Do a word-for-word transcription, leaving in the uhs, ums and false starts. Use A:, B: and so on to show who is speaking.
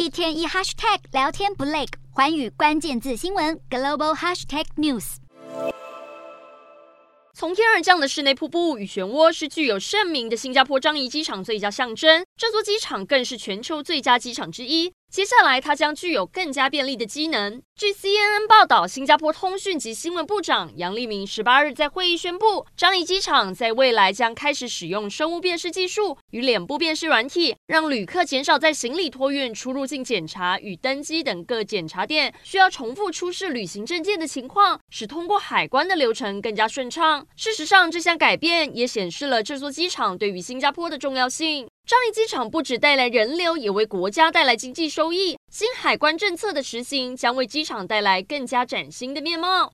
A: 一天一 hashtag 聊天不累，寰宇关键字新闻 global hashtag news。
B: 从天而降的室内瀑布与漩涡是具有盛名的新加坡樟宜机场最佳象征，这座机场更是全球最佳机场之一。接下来，它将具有更加便利的机能。据 C N N 报道，新加坡通讯及新闻部长杨立明十八日在会议宣布，樟宜机场在未来将开始使用生物辨识技术与脸部辨识软体，让旅客减少在行李托运、出入境检查与登机等各检查店需要重复出示旅行证件的情况，使通过海关的流程更加顺畅。事实上，这项改变也显示了这座机场对于新加坡的重要性。樟宜机场不只带来人流，也为国家带来经济收益。新海关政策的实行将为机场带来更加崭新的面貌。